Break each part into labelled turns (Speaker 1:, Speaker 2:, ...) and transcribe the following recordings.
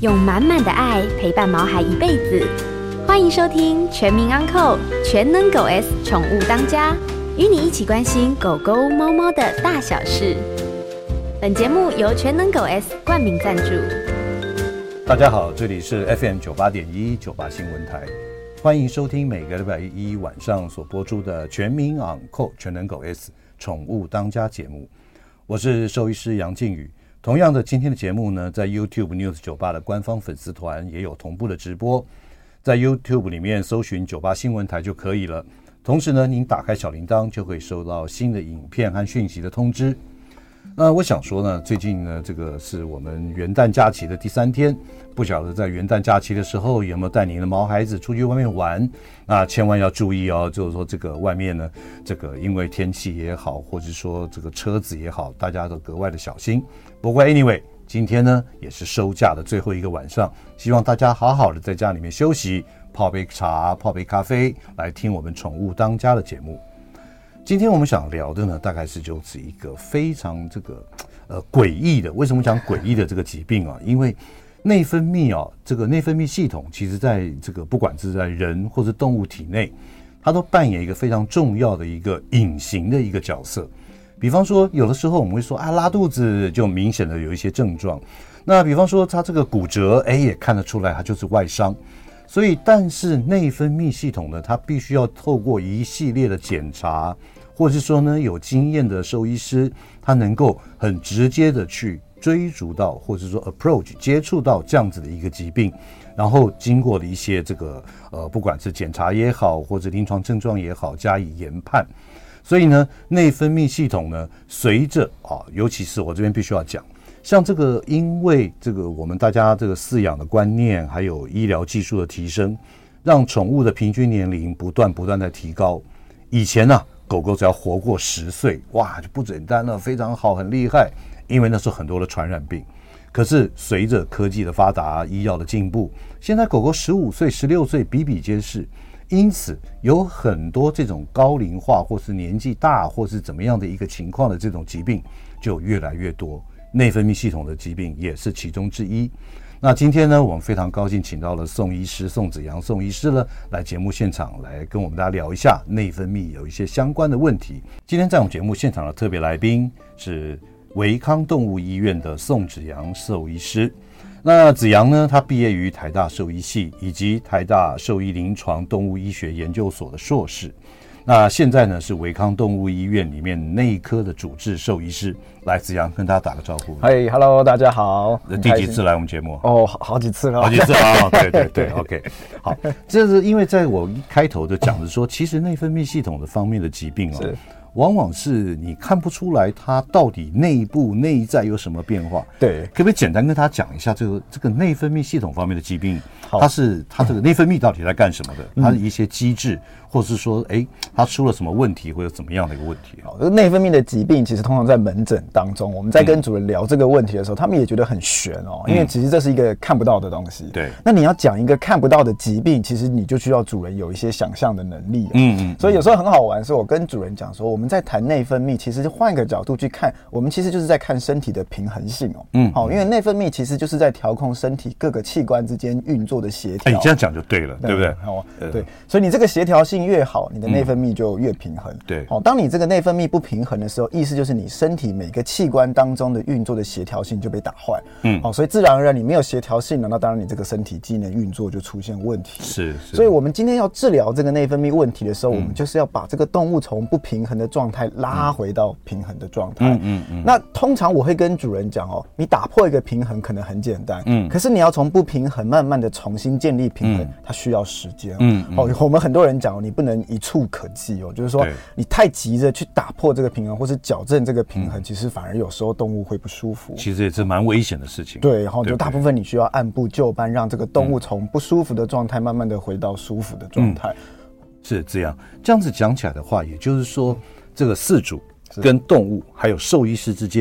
Speaker 1: 用满满的爱陪伴毛孩一辈子。欢迎收听全民安扣全能狗 S 宠物当家，与你一起关心狗狗猫猫的大小事。本节目由全能狗 S 冠名赞助。
Speaker 2: 大家好，这里是 FM 98.1 98新闻台，欢迎收听每个礼拜一晚上所播出的全民昂扣全能狗 S 宠物当家节目。我是兽医师杨靖宇。同样的，今天的节目呢，在 YouTube News 98的官方粉丝团也有同步的直播，在 YouTube 里面搜寻98新闻台就可以了。同时呢，您打开小铃铛就会收到新的影片和讯息的通知。我想说呢，最近呢，这个是我们元旦假期的第3天，不晓得在元旦假期的时候有没有带您的毛孩子出去外面玩？千万要注意哦，就是说这个外面呢，这个因为天气也好，或者说这个车子也好，大家都格外的小心。不过 anyway， 今天呢也是收假的最后一个晚上，希望大家好好的在家里面休息，泡杯茶，泡杯咖啡，来听我们宠物当家的节目。今天我们想聊的呢，大概是就是一个非常诡异的。为什么讲诡异的这个疾病啊？因为内分泌啊，这个内分泌系统，其实在这个不管是在人或是动物体内，它都扮演一个非常重要的一个隐形的一个角色。比方说，有的时候我们会说拉肚子就明显的有一些症状。那比方说，它这个骨折，也看得出来它就是外伤。所以，但是内分泌系统呢，它必须要透过一系列的检查，或者是说呢，有经验的兽医师，他能够很直接的去追逐到，或者说 approach 接触到这样子的一个疾病，然后经过的一些不管是检查也好，或者临床症状也好，加以研判。所以呢，内分泌系统呢，随着尤其是我这边必须要讲。像这个，因为这个我们大家这个饲养的观念，还有医疗技术的提升，让宠物的平均年龄不断在提高。以前呢，狗狗只要活过10岁，哇，就不简单了，非常好，很厉害。因为那时候很多的传染病。可是随着科技的发达，医药的进步，现在狗狗15岁、16岁比比皆是。因此，有很多这种高龄化，或是年纪大，或是怎么样的一个情况的这种疾病，就越来越多。内分泌系统的疾病也是其中之一。那今天呢，我们非常高兴请到了宋医师宋子阳宋医师呢，来节目现场来跟我们大家聊一下内分泌有一些相关的问题。今天在我们节目现场的特别来宾是维康动物医院的宋子阳兽医师。那子阳呢，他毕业于台大兽医系以及台大兽医临床动物医学研究所的硕士。那现在呢，是维康动物医院里面内科的主治兽医师。来，子阳跟大家打个招呼。
Speaker 3: Hello， 大家好。
Speaker 2: 第几次来我们节目？
Speaker 3: 好几次了。
Speaker 2: 好几次啊！对 ，OK。好，这是因为在我一开头就讲的说，其实内分泌系统的方面的疾病往往是你看不出来它到底内部内在有什么变化。对，可不可以简单跟大家讲一下这个内分泌系统方面的疾病，它这个内分泌到底在干什么的？它的一些机制，或是说它出了什么问题，或者怎么样的一个问题？
Speaker 3: 内分泌的疾病其实通常在门诊当中，我们在跟主人聊这个问题的时候，他们也觉得很悬因为其实这是一个看不到的东西。对，那你要讲一个看不到的疾病，其实你就需要主人有一些想象的能力。所以有时候很好玩，是我跟主人讲说，我们在谈内分泌，其实换一个角度去看，我们其实就是在看身体的平衡性因为内分泌其实就是在调控身体各个器官之间运作的协调。
Speaker 2: 你这样讲就对了，对不对？
Speaker 3: 对，所以你这个协调性越好，你的内分泌就越平衡。对，当你这个内分泌不平衡的时候，意思就是你身体每个器官当中的运作的协调性就被打坏。所以自然而然你没有协调性了，那当然你这个身体机能运作就出现问题。是，所以我们今天要治疗这个内分泌问题的时候，我们就是要把这个动物从不平衡的状态拉回到平衡的状态。那通常我会跟主人讲你打破一个平衡可能很简单，可是你要从不平衡慢慢的重新建立平衡，它需要时间。我们很多人讲你不能一触可及就是说你太急着去打破这个平衡或是矫正这个平衡，其实反而有时候动物会不舒服。
Speaker 2: 其实也是蛮危险的事情。
Speaker 3: 对，然后就大部分你需要按部就班，让这个动物从不舒服的状态慢慢的回到舒服的状态。
Speaker 2: 是这样子讲起来的话，也就是说这个饲主跟动物还有兽医师之间，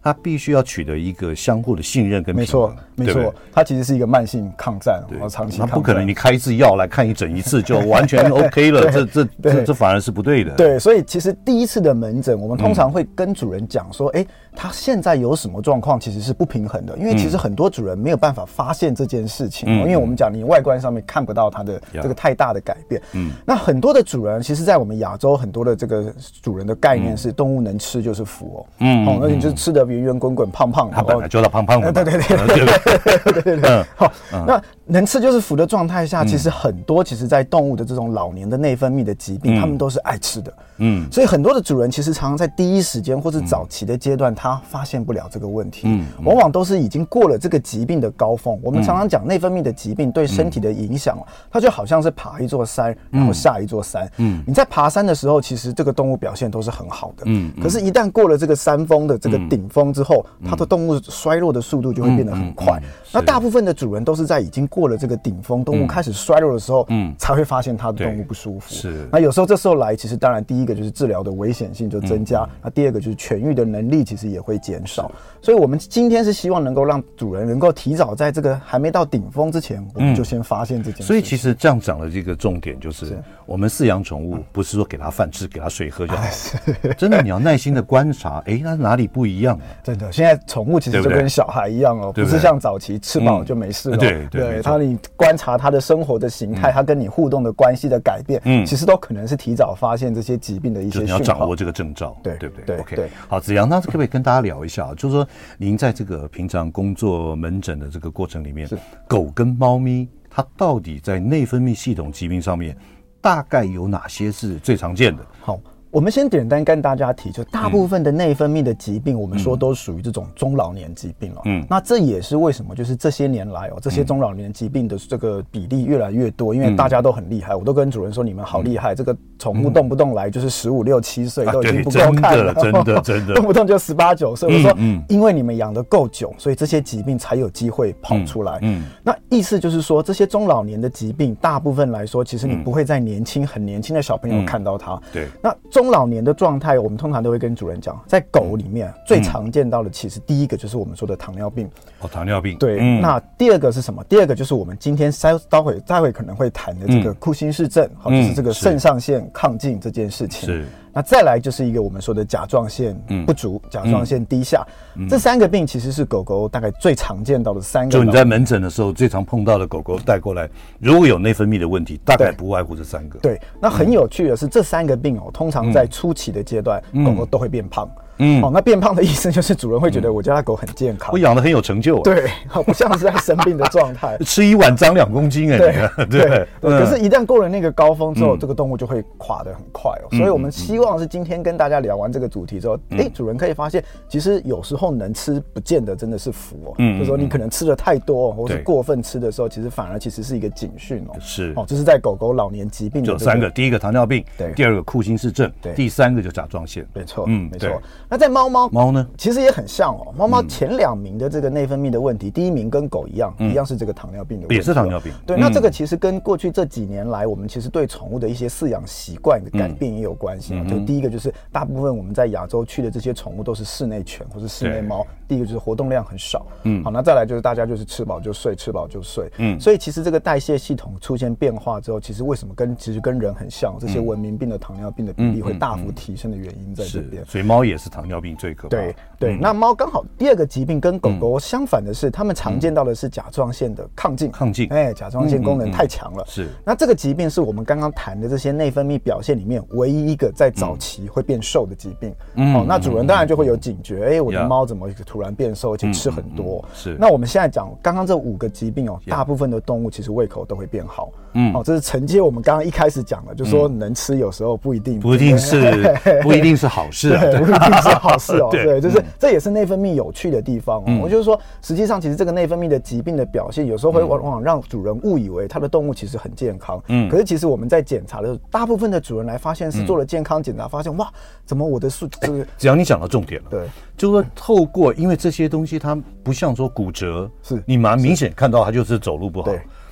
Speaker 2: 它必须要取得一个相互的信任跟平衡。
Speaker 3: 没错，它其实是一个慢性抗战，长期抗战。
Speaker 2: 它不可能你开一次药来看一次就完全 OK 了，这反而是不对的。
Speaker 3: 对，所以其实第一次的门诊，我们通常会跟主人讲说，他现在有什么状况，其实是不平衡的，因为其实很多主人没有办法发现这件事情，因为我们讲你外观上面看不到它的这个太大的改变。那很多的主人，其实在我们亚洲很多的这个主人的概念是动物能吃就是福那你就吃的圆圆滚滚胖胖的，
Speaker 2: 它本来就要胖胖的，
Speaker 3: 对。好，那能吃就是福的状态下，其实很多其实在动物的这种老年的内分泌的疾病，他们都是爱吃的。所以很多的主人其实常常在第一时间或是早期的阶段，他发现不了这个问题，往往都是已经过了这个疾病的高峰。我们常常讲内分泌的疾病对身体的影响，它就好像是爬一座山，然后下一座山。你在爬山的时候，其实这个动物表现都是很好的。可是，一旦过了这个山峰的这个顶峰之后，它的动物衰弱的速度就会变得很快。那大部分的主人都是在已经过了这个顶峰，动物开始衰弱的时候，才会发现它的动物不舒服。
Speaker 2: 是。
Speaker 3: 那有时候这时候来，其实当然第一个就是治疗的危险性就增加，那第二个就是痊愈的能力其实也会减少。所以我们今天是希望能够让主人能够提早在这个还没到顶峰之前，我们就先发现这件事。所
Speaker 2: 以其实这样讲的这个重点就是，我们饲养宠物不是说给它饭吃、给它水喝就好，真的你要耐心的观察，它哪里不一样？
Speaker 3: 真的，现在宠物其实就跟小孩一样不是像早期吃饱就没事了。对，它你观察它的生活的形态，它跟你互动的关系的改变，其实都可能是提早发现这些疾病的一些讯号。
Speaker 2: 你要掌握这个征兆，对不对
Speaker 3: ？OK，
Speaker 2: 好，子扬，那可不可以跟大家聊一下，就是说您在这个平常工作门诊的这个过程里面，狗跟猫咪它到底在内分泌系统疾病上面大概有哪些是最常见的？
Speaker 3: 好。我们先简单跟大家提，就大部分的内分泌的疾病，我们说都属于这种中老年疾病了。那这也是为什么，就是这些年来这些中老年疾病的这个比例越来越多，因为大家都很厉害。我都跟主人说，你们好厉害，这个宠物动不动来就是15、16、17岁都已经不够看了，
Speaker 2: 真的，
Speaker 3: 动不动就18、19岁。我说，因为你们养得够久，所以这些疾病才有机会跑出来。那意思就是说，这些中老年的疾病，大部分来说，其实你不会在很年轻的小朋友看到它。
Speaker 2: 对，
Speaker 3: 那中老年的状态，我们通常都会跟主人讲，在狗里面最常见到的，其实第一个就是我们说的糖尿病。
Speaker 2: 糖尿病。
Speaker 3: 对，那第二个是什么？第二个就是我们今天待会可能会谈的这个库欣氏症，就是这个肾上腺亢进这件事情。
Speaker 2: 是。
Speaker 3: 那再来就是一个我们说的甲状腺不足、甲状腺低下，这三个病其实是狗狗大概最常见到的3个。
Speaker 2: 就你在门诊的时候最常碰到的狗狗带过来，如果有内分泌的问题，大概不外乎这3个。
Speaker 3: 对，那很有趣的是，这3个病通常在初期的阶段，狗狗都会变胖。那变胖的意思就是主人会觉得我家的狗很健康，
Speaker 2: 我养得很有成就。
Speaker 3: 对，不像是在生病的状态，
Speaker 2: 吃一碗长2公斤
Speaker 3: 对。可是，一旦过了那个高峰之后，这个动物就会垮得很快所以我们希望是今天跟大家聊完这个主题之后，主人可以发现，其实有时候能吃不见得真的是福就是说你可能吃的太多或是过分吃的时候，其实反而是一个警讯
Speaker 2: 是
Speaker 3: 这是在狗狗老年疾病的
Speaker 2: 就3个，第一个糖尿病，第二个库欣氏症，第3个就甲状腺。
Speaker 3: 没错，没错。那在猫
Speaker 2: 呢，
Speaker 3: 其实也很像猫前2名的这个内分泌的问题，第1名跟狗一样是这个糖尿病的问题，
Speaker 2: 也是糖尿病。
Speaker 3: 对，那这个其实跟过去这几年来，我们其实对宠物的一些饲养习惯的改变也有关系就第一个就是大部分我们在亚洲去的这些宠物都是室内犬或是室内猫，第一个就是活动量很少。好，那再来就是大家就是吃饱就睡，吃饱就睡。所以其实这个代谢系统出现变化之后，其实为什么其实跟人很像，这些文明病的糖尿病的比例会大幅提升的原因在这边。
Speaker 2: 所以猫也是糖尿病最可怕。
Speaker 3: 对，那猫刚好第2个疾病跟狗狗相反的是，它们常见到的是甲状腺的亢进。甲状腺功能太强了。
Speaker 2: 是。
Speaker 3: 那这个疾病是我们刚刚谈的这些内分泌表现里面唯一一个在早期会变瘦的疾病。那主人当然就会有警觉，我的猫怎么突然变瘦，而且吃很多。
Speaker 2: 是。
Speaker 3: 那我们现在讲刚刚这5个疾病大部分的动物其实胃口都会变好。这是承接我们刚刚一开始讲的，就说能吃有时候不一定
Speaker 2: 是好事
Speaker 3: 不一定是好事对，就是这也是内分泌有趣的地方我就是说，实际上其实这个内分泌的疾病的表现，有时候会往往让主人误以为他的动物其实很健康。可是其实我们在检查的时候，大部分的主人来发现是做了健康检查，发现哇，怎么我的
Speaker 2: 只要你讲到重点了，
Speaker 3: 对，
Speaker 2: 就是说透过因为这些东西它不像说骨折，是你蛮明显看到它就是走路不好。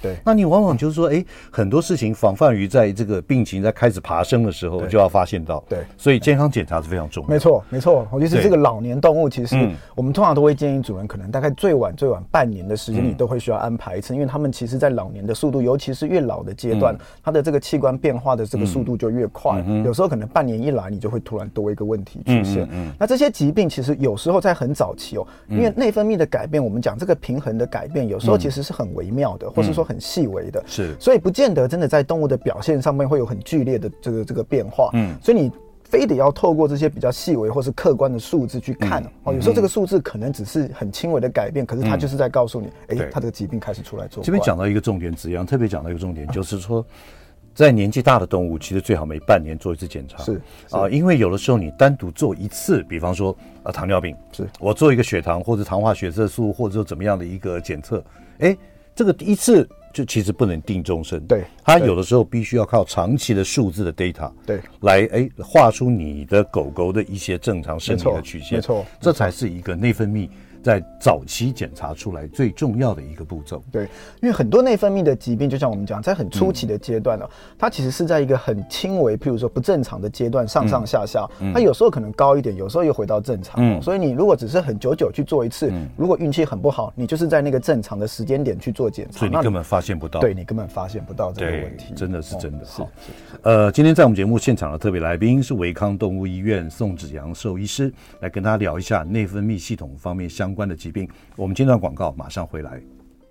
Speaker 3: 对，
Speaker 2: 那你往往就是说，很多事情防范于在这个病情在开始爬升的时候就要发现到。
Speaker 3: 对，
Speaker 2: 所以健康检查是非常重要的。
Speaker 3: 没错，没错。尤其是这个老年动物，其实我们通常都会建议主人，可能大概最晚半年的时间，你都会需要安排一次，因为他们其实在老年的速度，尤其是越老的阶段，它的这个器官变化的这个速度就越快。有时候可能半年一来，你就会突然多一个问题出现。那这些疾病其实有时候在很早期因为内分泌的改变，我们讲这个平衡的改变，有时候其实是很微妙的，或是说很细微的。是，所以不见得真的在动物的表现上面会有很剧烈的这个变化。所以你非得要透过这些比较细微或是客观的数字去看有时候这个数字可能只是很轻微的改变，可是它就是在告诉你，它这个疾病开始出来作怪。
Speaker 2: 这边讲到一个重点，子阳特别讲到一个重点，就是说，在年纪大的动物，其实最好每半年做一次检查。是因为有的时候你单独做一次，比方说糖尿病，是我做一个血糖或者糖化血色素，或者说怎么样的一个检测，这个第一次就其实不能定终身，对，它有的时候必须要靠长期的数字的 data， 对，来画出你的狗狗的一些正常生理的曲线，没错，这才是一个内分泌在早期检查出来最重要的一个步骤。对，
Speaker 3: 因为很多内分泌的疾病，就像我们讲，在很初期的阶段它其实是在一个很轻微，譬如说不正常的阶段，上上下下，它有时候可能高一点，有时候又回到正常。所以你如果只是很久去做一次，如果运气很不好，你就是在那个正常的时间点去做检查，
Speaker 2: 所以你根本发现不到。
Speaker 3: 对，你根本发现不到这个问题，
Speaker 2: 真的是真的。好，今天在我们节目现场的特别来宾是维康动物医院宋子阳兽医师，来跟大家聊一下内分泌系统方面相关的疾病。我们间段广告马上回来。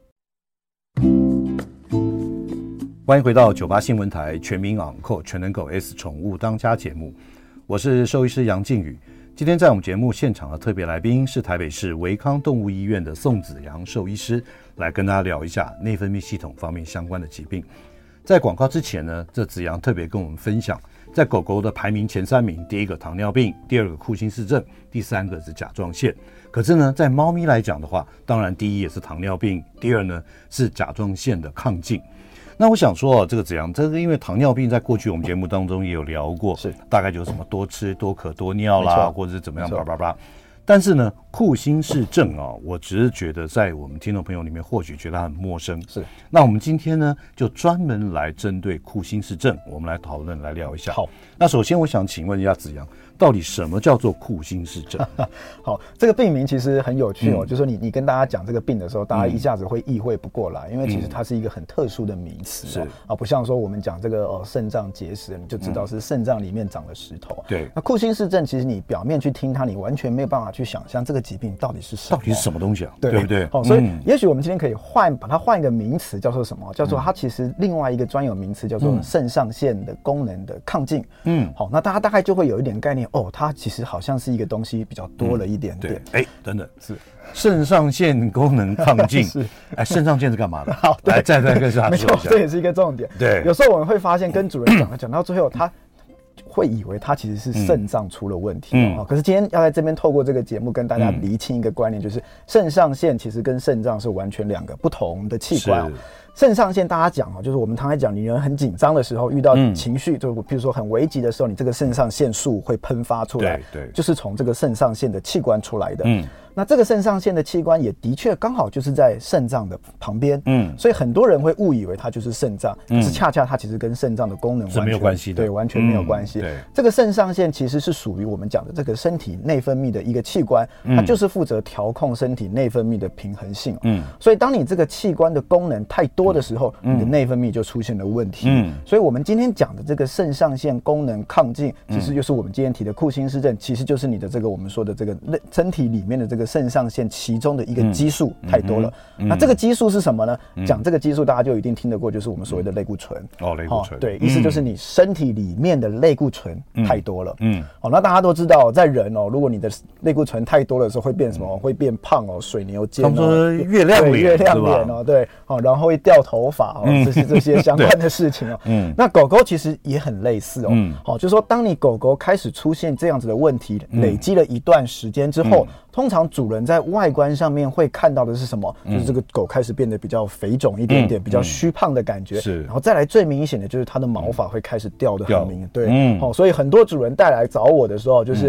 Speaker 2: 欢迎回到98新闻台全民昂扣全能狗 S 宠物当家节目，我是兽医师杨靖宇。今天在我们节目现场的特别来宾是台北市维康动物医院的宋子阳兽医师，来跟大家聊一下内分泌系统方面相关的疾病。在广告之前呢，这子阳特别跟我们分享，在狗狗的排名前3名，第一个糖尿病，第二个库欣氏症，第3个是甲状腺。可是呢，在猫咪来讲的话，当然第一也是糖尿病，第二呢是甲状腺的亢进。那我想说这个怎样？这个因为糖尿病在过去我们节目当中也有聊过，是大概就是什么多吃多渴多尿啦，或者是怎么样叭叭叭。但是呢，库欣氏症我只是觉得在我们听众朋友里面或许觉得它很陌生。是，那我们今天呢就专门来针对库欣氏症，我们来讨论来聊一下。好，那首先我想请问一下子阳，到底什么叫做库欣氏症？
Speaker 3: 好，这个病名其实很有趣就是说你跟大家讲这个病的时候，大家一下子会意会不过来，因为其实它是一个很特殊的名词是不像说我们讲这个肾脏结石，你就知道是肾脏里面长了石头。对，那库欣氏症其实你表面去听它，你完全没有办法去想象这个疾病到底是
Speaker 2: 什么东西啊？对不对？
Speaker 3: 所以也许我们今天可以把它换一个名词，叫做什么？叫做它其实另外一个专有名词叫做肾上腺的功能的亢进。好，那大家大概就会有一点概念它其实好像是一个东西比较多了一点点。
Speaker 2: 等等，是肾上腺功能亢进。是，肾上腺是干嘛的？好，来再跟大家说一下。没错，
Speaker 3: 这也是一个重点。对，有时候我们会发现跟主人讲到最后，他会以为他其实是肾脏出了问题可是今天要在这边透过这个节目跟大家厘清一个观念，就是肾上腺其实跟肾脏是完全2个不同的器官。肾上腺大家讲就是我们常常讲，你人很紧张的时候，遇到情绪，就比如说很危急的时候，你这个肾上腺素会喷发出来，对，就是从这个肾上腺的器官出来的。那这个肾上腺的器官也的确刚好就是在肾脏的旁边，所以很多人会误以为它就是肾脏，可是恰恰它其实跟肾脏的功能完全
Speaker 2: 是没有关系的，
Speaker 3: 对，完全没有关系。对，这个肾上腺其实是属于我们讲的这个身体内分泌的一个器官，它就是负责调控身体内分泌的平衡性。所以当你这个器官的功能太多的时候，你的内分泌就出现了问题。所以我们今天讲的这个肾上腺功能亢进，其实就是我们今天提的库欣氏症，其实就是你的这个我们说的这个身体里面的这个肾上腺其中的一个激素太多了。那这个激素是什么呢？讲这个激素大家就一定听得过，就是我们所谓的类固醇。类固醇，对，意思就是你身体里面的类固醇太多了。那大家都知道，在人如果你的类固醇太多的时候会变什么？会变胖水牛肩。
Speaker 2: 他们说月亮脸
Speaker 3: 对，然后会掉头发这些相关的事情那狗狗其实也很类似就是说当你狗狗开始出现这样子的问题，累积了一段时间之后，通常主人在外观上面会看到的是什么？就是这个狗开始变得比较肥肿一点点，比较虚胖的感觉。是，然后再来最明显的就是它的毛发会开始掉得很明显。对，所以很多主人带来找我的时候，就是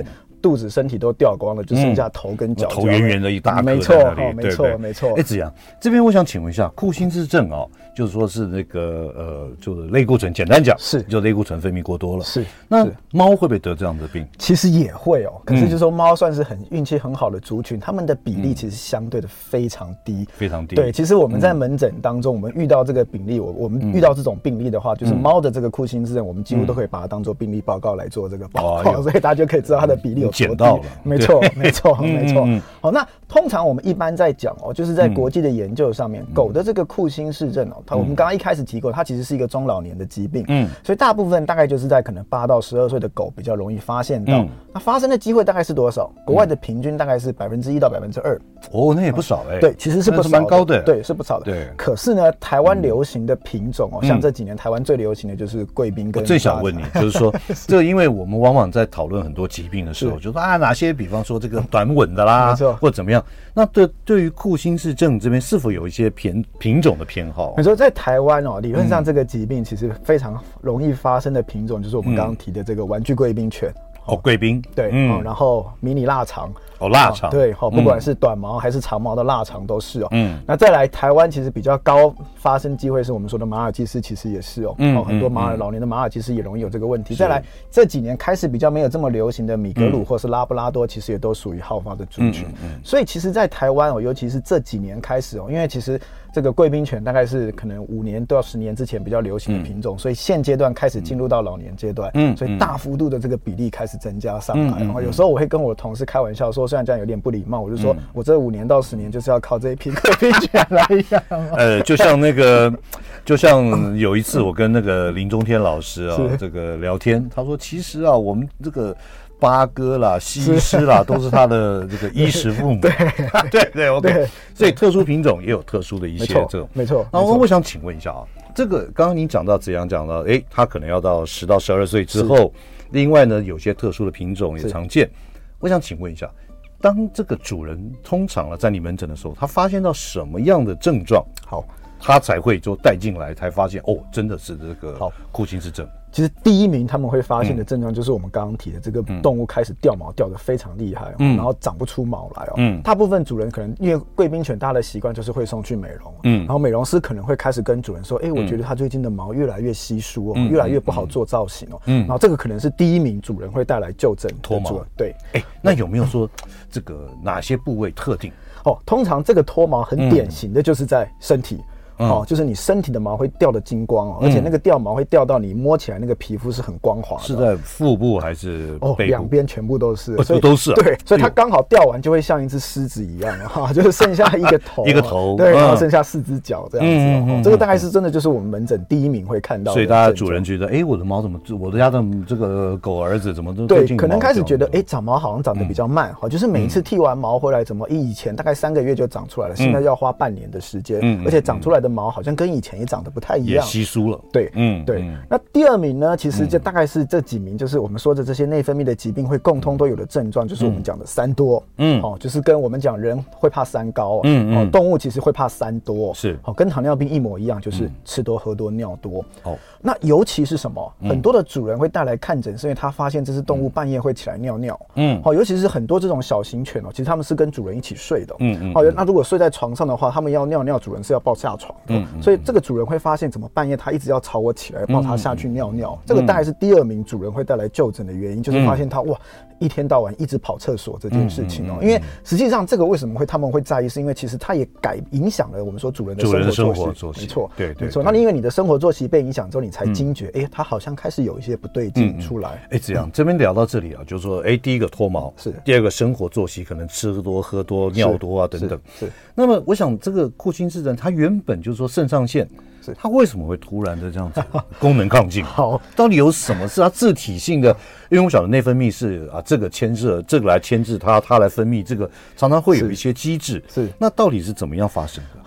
Speaker 3: 肚子、身体都掉光了，就剩下头跟脚，
Speaker 2: 头圆圆的一大颗，
Speaker 3: 没错，没错，没错。
Speaker 2: 子阳，这边我想请问一下，库欣氏症就是说是那个就是类固醇，简单讲
Speaker 3: 是
Speaker 2: 就类固醇分泌过多了。
Speaker 3: 是，
Speaker 2: 那猫会不会得这样的病？
Speaker 3: 其实也会可是就说猫算是运气很好的族群，它们的比例其实相对的非常低，
Speaker 2: 非常低。
Speaker 3: 对，其实我们在门诊当中，我们遇到这个比例，我们遇到这种病例的话，就是猫的这个库欣氏症，我们几乎都可以把它当做病例报告来做这个报告，所以大家就可以知道它的比例有多低。
Speaker 2: 捡到了，
Speaker 3: 没错，没错，没错。好，那通常我们一般在讲就是在国际的研究上面，狗的这个库欣氏症我们刚刚一开始提过，它其实是一个中老年的疾病，所以大部分大概就是在可能8到12岁的狗比较容易发现到。那发生的机会大概是多少？国外的平均大概是1%到2%。
Speaker 2: 那也不少
Speaker 3: 对，其实是不少的，
Speaker 2: 蛮高的，
Speaker 3: 对，是不少的。
Speaker 2: 对。
Speaker 3: 可是呢，台湾流行的品种像这几年台湾最流行的就是贵宾跟。
Speaker 2: 我最想问你，就是说，这个因为我们往往在讨论很多疾病的时候，就说哪些，比方说这个短吻的啦，或者怎么样。那对于库欣氏症这边是否有一些品种的偏好？
Speaker 3: 你说在台湾理论上这个疾病其实非常容易发生的品种就是我们刚刚提的这个玩具贵宾犬。
Speaker 2: 贵宾
Speaker 3: 对，然后迷你腊肠。
Speaker 2: 腊肠
Speaker 3: 对，不管是短毛还是长毛的腊肠都是那再来台湾其实比较高发生机会是我们说的马尔济斯，其实也是很多老年的马尔济斯也容易有这个问题。再来这几年开始比较没有这么流行的米格鲁或是拉布拉多，其实也都属于好发的族群。所以其实在台湾尤其是这几年开始因为其实这个贵宾犬大概是可能5年到10年之前比较流行的品种，所以现阶段开始进入到老年阶段，所以大幅度的这个比例开始增加上来。然后有时候我会跟我同事开玩笑说，虽然这样有点不礼貌，我就说我这5年到10年就是要靠这一批贵宾犬来养。
Speaker 2: 就像有一次我跟那个林中天老师这个聊天，他说其实我们这个八哥啦、西施啦，都是他的这个衣食父母。对 ，OK。所以特殊品种也有特殊的一些这种，
Speaker 3: 没错。
Speaker 2: 然后我想请问一下这个刚刚您讲到子阳讲到，他可能要到10到12岁之后，另外呢，有些特殊的品种也常见。我想请问一下，当这个主人通常在你门诊的时候，他发现到什么样的症状，他才会就带进来，才发现真的是这个库欣氏症。
Speaker 3: 其实第一名他们会发现的症状就是我们刚刚提的这个动物开始掉毛掉得非常厉害然后长不出毛来大部分主人可能因为贵宾犬大家的习惯就是会送去美容然后美容师可能会开始跟主人说我觉得他最近的毛越来越稀疏越来越不好做造型然后这个可能是第一名主人会带来就诊
Speaker 2: 脱毛。
Speaker 3: 对，
Speaker 2: 那有没有说这个哪些部位特定？
Speaker 3: 通常这个脱毛很典型的就是在身体就是你身体的毛会掉得精光而且那个掉毛会掉到你摸起来那个皮肤是很光滑的。
Speaker 2: 是在腹部还是背部？
Speaker 3: 两边全部都是，
Speaker 2: 所以都是
Speaker 3: 对，所以它刚好掉完就会像一只狮子一样就是剩下一个头，
Speaker 2: 一个头，
Speaker 3: 对，然后剩下4只脚这样子这个大概是真的就是我们门诊第一名会看到的。
Speaker 2: 所以大家主人觉得我的毛怎么，我的家的这个狗儿子怎么都
Speaker 3: 对，可能开始觉得长毛好像长得比较慢就是每一次剃完毛回来怎么以前大概3个月就长出来了，现在要花半年的时间而且长出来的毛好像跟以前也长得不太一样，
Speaker 2: 也稀疏了。
Speaker 3: 对，对。那第2名呢，其实就大概是这几名，就是我们说的这些内分泌的疾病会共通都有的症状，就是我们讲的3多。就是跟我们讲人会怕3高动物其实会怕3多，
Speaker 2: 是
Speaker 3: 跟糖尿病一模一样，就是吃多、喝多、尿多。那尤其是什么？很多的主人会带来看诊，是因为他发现这只动物半夜会起来尿尿。尤其是很多这种小型犬其实他们是跟主人一起睡的。那如果睡在床上的话，他们要尿尿，主人是要抱下床的。所以这个主人会发现，怎么半夜他一直要吵我起来，抱他下去尿尿。这个大概是第2名主人会带来就诊的原因，就是发现他一天到晚一直跑厕所这件事情因为实际上这个为什么他们会在意，是因为其实它也影响了我们说主人的生活作息。没错，
Speaker 2: 对，
Speaker 3: 没错。那因为你的生活作息被影响之后，你才惊觉，他好像开始有一些不对劲出来。
Speaker 2: 这样这边聊到这里就是说，第一个脱毛
Speaker 3: 是，
Speaker 2: 第2个生活作息可能吃多、喝多、尿多等等。
Speaker 3: 是。
Speaker 2: 那么我想这个库欣氏症，它原本就是说肾上腺。它为什么会突然的这样子功能亢进？到底有什么是它自体性的？因为我晓得内分泌是这个牵涉这个来牵制它来分泌，这个常常会有一些机制。
Speaker 3: 是，
Speaker 2: 那到底是怎么样发生的？
Speaker 3: 好。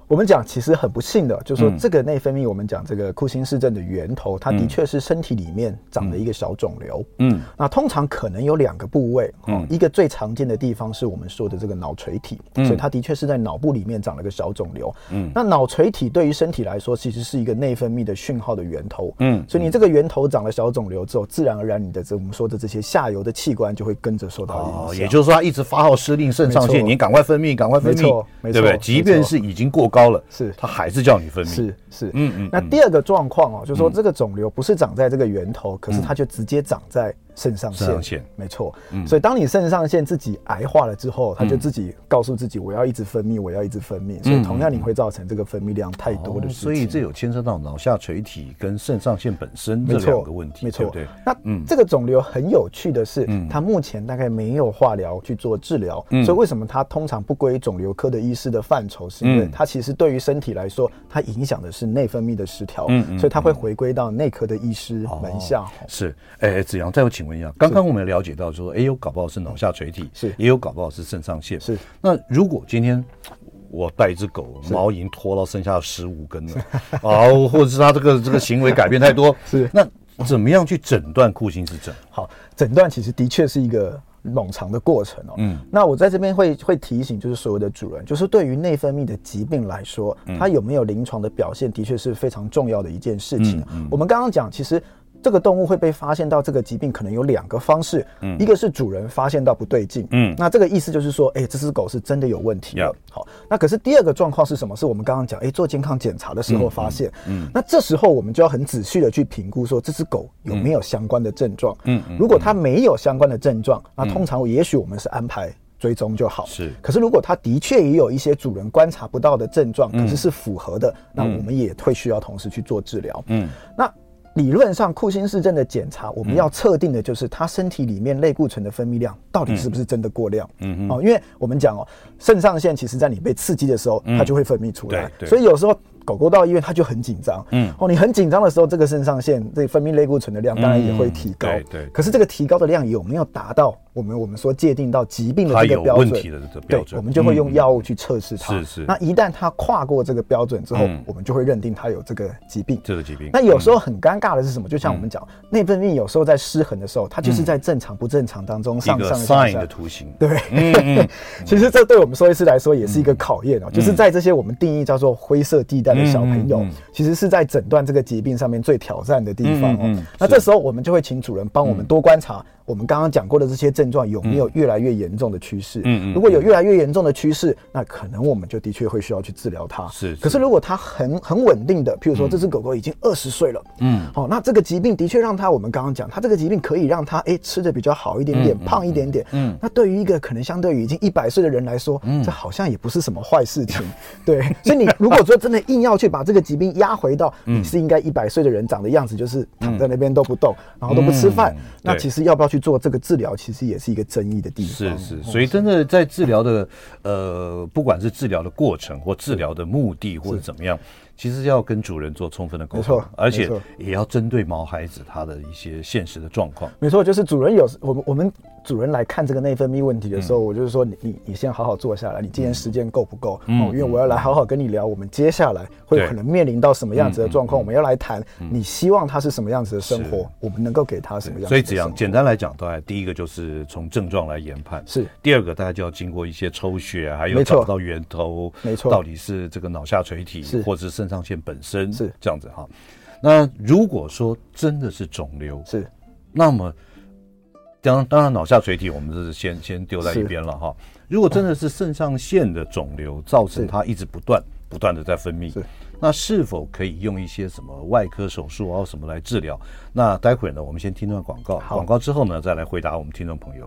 Speaker 3: 我们讲其实很不幸的，就是说这个内分泌，我们讲这个库欣氏症的源头，它的确是身体里面长的一个小肿瘤。那通常可能有2个部位，一个最常见的地方是我们说的这个脑垂体，所以它的确是在脑部里面长了个小肿瘤。那脑垂体对于身体来说，其实是一个内分泌的讯号的源头。所以你这个源头长了小肿瘤之后，自然而然你的我们说的这些下游的器官就会跟着受到影响。
Speaker 2: 也就是说，它一直发号施令肾上腺，你赶快分泌，赶快分泌，对不对？即便是已经过高了，
Speaker 3: 是
Speaker 2: 它还是叫你分泌。
Speaker 3: 是。那第2个状况就是说这个肿瘤不是长在这个源头，可是它就直接长在肾上腺，没错。所以当你肾上腺自己癌化了之后，它就自己告诉自己我要一直分泌，我要一直分泌，所以同样你会造成这个分泌量太多的事情。
Speaker 2: 所以这有牵涉到脑下垂体跟肾上腺本身这2个问题，
Speaker 3: 没错。
Speaker 2: 对。
Speaker 3: 那这个肿瘤很有趣的是，它目前大概没有化疗去做治疗，所以为什么它通常不归肿瘤科的医师的范畴，是因为它其实对于身体来说，它影响的是内分泌的失调，所以它会回归到内科的医师门下。
Speaker 2: 是，子扬，再我请问一下，刚刚我们了解到说，有搞不好是脑下垂体，
Speaker 3: 是，
Speaker 2: 也有搞不好是肾上腺，
Speaker 3: 是。
Speaker 2: 那如果今天我带一只狗，毛已经脱到剩下15根了，或者是它这个行为改变太多，
Speaker 3: 是，
Speaker 2: 那怎么样去诊断库欣氏症？
Speaker 3: 好，诊断其实的确是一个冗长的过程那我在这边会提醒，就是所有的主人，就是对于内分泌的疾病来说，它有没有临床的表现，的确是非常重要的一件事情。我们刚刚讲，其实这个动物会被发现到这个疾病，可能有2个方式，一个是主人发现到不对劲，那这个意思就是说，这只狗是真的有问题了。好，那可是第2个状况是什么？是我们刚刚讲，做健康检查的时候发现，那这时候我们就要很仔细的去评估，说这只狗有没有相关的症状。如果它没有相关的症状，那通常也许我们是安排追踪就好。
Speaker 2: 是，
Speaker 3: 可是如果它的确也有一些主人观察不到的症状，可是是符合的，那我们也会需要同时去做治疗。那理论上库欣氏症的检查，我们要测定的就是他身体里面类固醇的分泌量到底是不是真的过量。因为我们讲肾上腺其实在你被刺激的时候，它就会分泌出来，所以有时候狗狗到医院它就很紧张。你很紧张的时候，这个肾上腺这分泌类固醇的量当然也会提高。
Speaker 2: 对。
Speaker 3: 可是这个提高的量有没有达到我们说界定到疾病的这个标准？
Speaker 2: 它有问题的这个标准，
Speaker 3: 对，我们就会用药物去测试它。
Speaker 2: 是。
Speaker 3: 那一旦它跨过这个标准之后，我们就会认定它有这个疾病。那有时候很尴尬的是什么？就像我们讲，内分泌有时候在失衡的时候，它就是在正常不正常当中上上下下
Speaker 2: 的图形。
Speaker 3: 对。其实这对我们兽医师来说也是一个考验就是在这些我们定义叫做灰色地带的小朋友，其实是在诊断这个疾病上面最挑战的地方那这时候我们就会请主人帮我们多观察我们刚刚讲过的这些症状有没有越来越严重的趋势。如果有越来越严重的趋势，那可能我们就的确会需要去治疗它。可是如果它很稳定的，譬如说这只狗狗已经20岁了，那这个疾病的确让它，我们刚刚讲，它这个疾病可以让它吃得比较好一点点，胖一点点。那对于一个可能相对于已经100岁的人来说，这好像也不是什么坏事情。对，所以你如果说真的硬要去把这个疾病压回到你是应该100岁的人长的样子，就是躺在那边都不动，然后都不吃饭，那其实要不要去做这个治疗，其实也是一个争议的地方。
Speaker 2: 是，所以真的在治疗的不管是治疗的过程或治疗的目的或者怎么样，其实要跟主人做充分的沟通，而且也要针对毛孩子他的一些现实的状况。
Speaker 3: 没错，就是主人我们主人来看这个内分泌问题的时候，我就是说你先好好坐下来，你今天时间够不够？因为我要来好好跟你聊，我们接下来会可能面临到什么样子的状况，我们要来谈你希望他是什么样子的生活，我们能够给他什么样子的生活。
Speaker 2: 所以这样简单来讲，当然第一个就是从症状来研判，
Speaker 3: 是
Speaker 2: 第二个大家就要经过一些抽血，还有找到源头，
Speaker 3: 没错，
Speaker 2: 到底是这个脑下垂体或者是肾上腺本身
Speaker 3: 是
Speaker 2: 这样子哈。那如果说真的是肿瘤，
Speaker 3: 是那
Speaker 2: 么当然脑下垂体我们是先丢在一边了哈。如果真的是肾上腺的肿瘤造成它一直不断的在分泌，那是否可以用一些什么外科手术或什么来治疗？那待会儿呢，我们先听段广告，广告之后呢，再来回答我们听众朋友。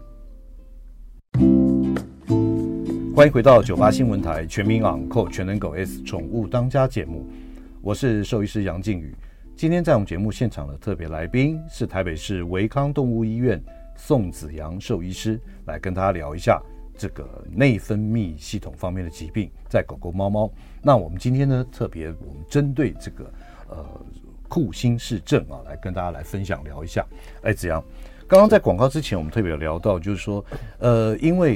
Speaker 2: 欢迎回到98新闻台全民昂扣全能狗 S 宠物当家节目，我是兽医师杨靖宇。今天在我们节目现场的特别来宾是台北市维康动物医院宋子扬兽医师，来跟大家聊一下这个内分泌系统方面的疾病在狗狗猫猫。那我们今天呢，特别我们针对这个库欣氏症啊，来跟大家来分享聊一下。子扬，刚刚在广告之前我们特别有聊到，就是说因为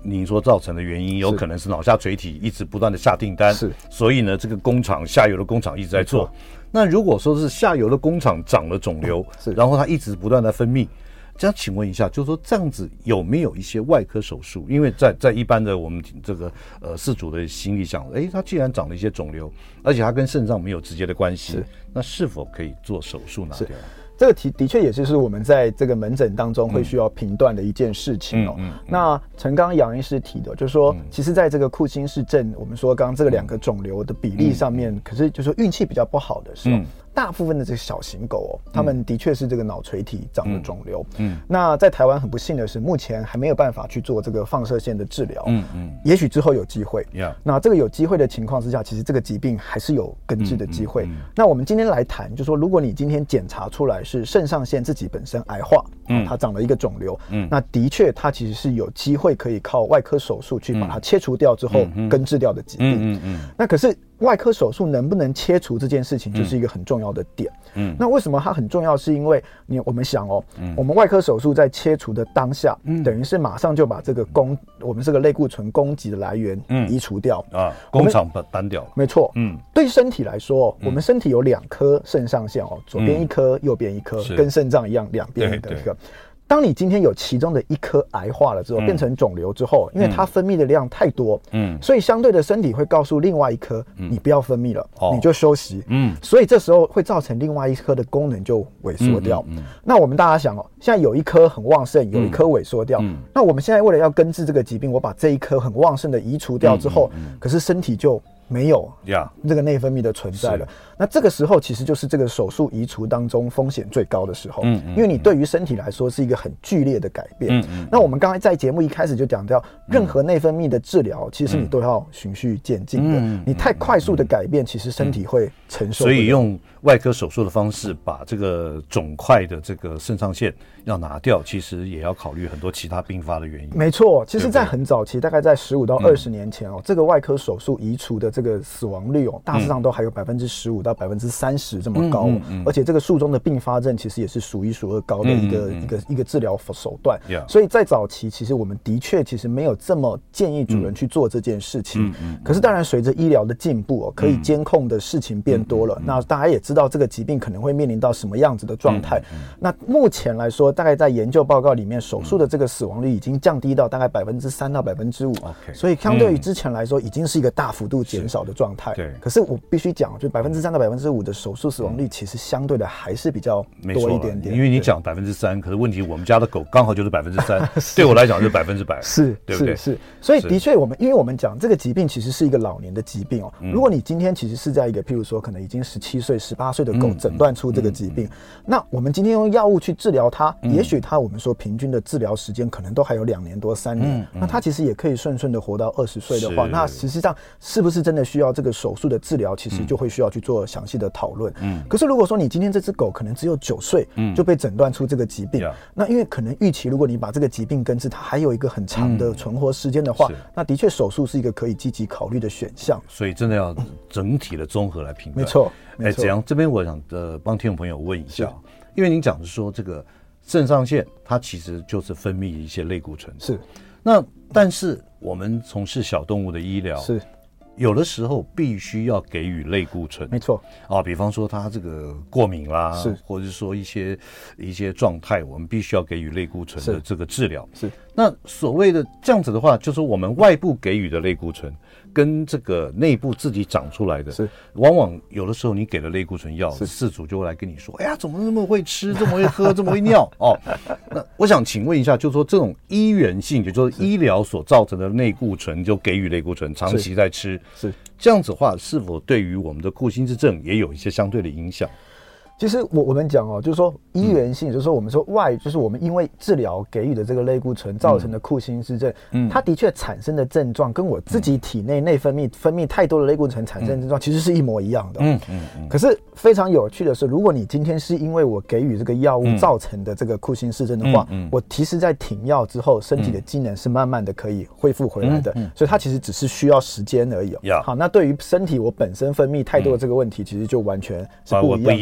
Speaker 2: 您说造成的原因，有可能是脑下垂体一直不断的下订单，是，所以呢，这个工厂下游的工厂一直在做。那如果说是下游的工厂长了肿瘤，然后它一直不断的分泌。这样请问一下，就是说这样子有没有一些外科手术？因为在一般的我们这个饲主的心里想，他既然长了一些肿瘤，而且它跟肾脏没有直接的关系，那是否可以做手术拿掉？
Speaker 3: 这个的确也就是我们在这个门诊当中会需要评断的一件事情哦。那陈刚杨医师提的，就是说，其实在这个库欣氏症，我们说刚刚这个2个肿瘤的比例上面，可是就是说运气比较不好的是，大部分的这个小型狗他们的确是这个脑垂体长的肿瘤。那在台湾很不幸的是，目前还没有办法去做这个放射线的治疗。也许之后有机会。那这个有机会的情况之下，其实这个疾病还是有根治的机会。那我们今天来谈，就是说，如果你今天检查出来是肾上腺自己本身癌化，它长了一个肿瘤，那的确它其实是有机会可以靠外科手术去把它切除掉之后根治掉的疾病。那可是外科手术能不能切除这件事情，就是一个很重要的点。那为什么它很重要？是因为我们想我们外科手术在切除的当下，等于是马上就把这个我们这个类固醇供给的来源移除掉
Speaker 2: 工厂搬掉了。
Speaker 3: 没错。对身体来说，我们身体有2颗肾上腺左边1颗，右边1颗，跟肾脏一样，两边的一个。当你今天有其中的1颗癌化了之后，变成肿瘤之后，因为它分泌的量太多，所以相对的身体会告诉另外1颗，你不要分泌了，你就休息。所以这时候会造成另外1颗的功能就萎缩掉。那我们大家想现在有1颗很旺盛，有1颗萎缩掉。那我们现在为了要根治这个疾病，我把这1颗很旺盛的移除掉之后，可是身体就没有这个内分泌的存在了。那这个时候其实就是这个手术移除当中风险最高的时候，因为你对于身体来说是一个很剧烈的改变。那我们刚才在节目一开始就讲到，任何内分泌的治疗，其实你都要循序渐进的。你太快速的改变，其实身体会承受不了。
Speaker 2: 所以用外科手术的方式把这个肿块的这个肾上腺要拿掉，其实也要考虑很多其他并发的原因。
Speaker 3: 没错，其实在很早期，大概在15到20年前这个外科手术移除的这个死亡率大致上都还有15%到30%这么高，而且这个术中的并发症其实也是数1数2高的一个治疗手段。所以在早期，其实我们的确其实没有这么建议主人去做这件事情。可是当然，随着医疗的进步可以监控的事情变多了，那大家也知道这个疾病可能会面临到什么样子的状态。那目前来说，大概在研究报告里面，手术的这个死亡率已经降低到大概3%到5%，所以相对于之前来说，已经是一个大幅度减少的状态。可是我必须讲，就3%到5%的手术死亡率，其实相对的还是比较多一点点。
Speaker 2: 因为你讲3%，可是问题我们家的狗刚好就是3%，对我来讲就是100%，
Speaker 3: 是，
Speaker 2: 对不对？
Speaker 3: 是。所以的确，因为我们讲这个疾病其实是一个老年的疾病如果你今天其实是在一个譬如说可能已经17岁、18岁的狗诊断出这个疾病，那我们今天用药物去治疗它，也许我们说平均的治疗时间可能都还有2年多3年，那它其实也可以顺顺的活到20岁的话，那实际上是不是真的需要这个手术的治疗，其实就会需要去做详细的讨论。可是如果说你今天这只狗可能只有9岁就被诊断出这个疾病，那因为可能预期如果你把这个疾病根治，它还有一个很长的存活时间的话，那的确手术是一个可以积极考虑的选项。
Speaker 2: 所以真的要整体的综合来评断。
Speaker 3: 没错。
Speaker 2: 怎样？这边我想帮听众朋友问一下，因为您讲的说这个肾上腺它其实就是分泌一些类固醇，
Speaker 3: 是。
Speaker 2: 那但是我们从事小动物的医疗，是有的时候必须要给予类固醇，
Speaker 3: 没错
Speaker 2: 比方说它这个过敏啦，是，或者是说一些状态，我们必须要给予类固醇的这个治疗。是。那所谓的这样子的话，就是我们外部给予的类固醇跟这个内部自己长出来的，是往往有的时候你给了类固醇药，饲主就会来跟你说：“哎呀，怎么那么会吃，这么会喝，这么会尿那我想请问一下，就是说这种医源性，也就是医疗所造成的类固醇，就给予类固醇，长期在吃，是这样子的话，是否对于我们的库欣氏症也有一些相对的影响？
Speaker 3: 其实我们讲就是说医源性，就是说我们说就是我们因为治疗给予的这个类固醇造成的库欣氏症，它的确产生的症状跟我自己体内内分泌太多的类固醇产生的症状其实是一模一样的。可是非常有趣的是，如果你今天是因为我给予这个药物造成的这个库欣氏症的话，我其实在停药之后，身体的机能是慢慢的可以恢复回来的，所以它其实只是需要时间而已。好，那对于身体我本身分泌太多的这个问题，其实就完全是不一样的。